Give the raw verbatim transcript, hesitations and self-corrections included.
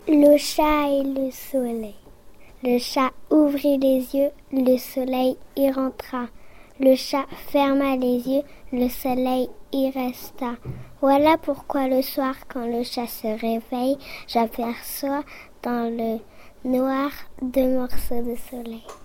Le chat et le soleil. Le chat ouvrit les yeux, le soleil y rentra. Le chat ferma les yeux, le soleil y resta. Voilà pourquoi le soir, quand le chat se réveille, j'aperçois dans le noir deux morceaux de soleil.